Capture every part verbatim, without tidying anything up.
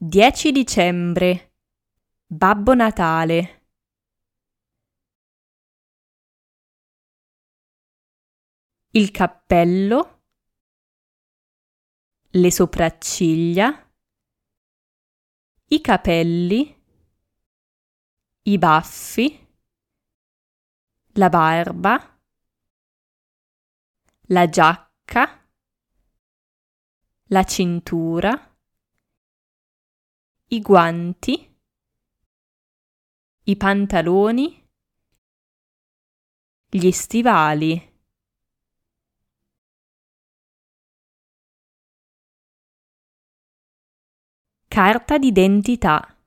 dieci dicembre. Babbo Natale. Il cappello, le sopracciglia, i capelli, i baffi, la barba, la giacca, la cintura, i guanti, i pantaloni, gli stivali. Carta d'identità.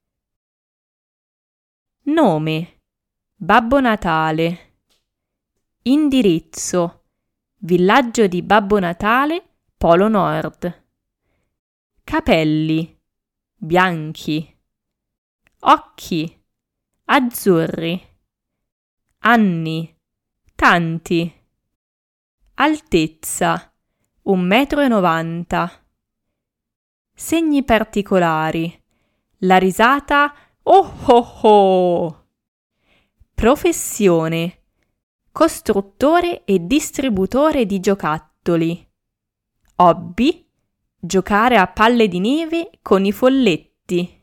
Nome: Babbo Natale. Indirizzo: Villaggio di Babbo Natale, Polo Nord. Capelli: bianchi. Occhi: azzurri. Anni: tanti. Altezza: un metro e novanta. Segni particolari: la risata oh oh oh. Professione: costruttore e distributore di giocattoli. Hobby: giocare a palle di neve con i folletti.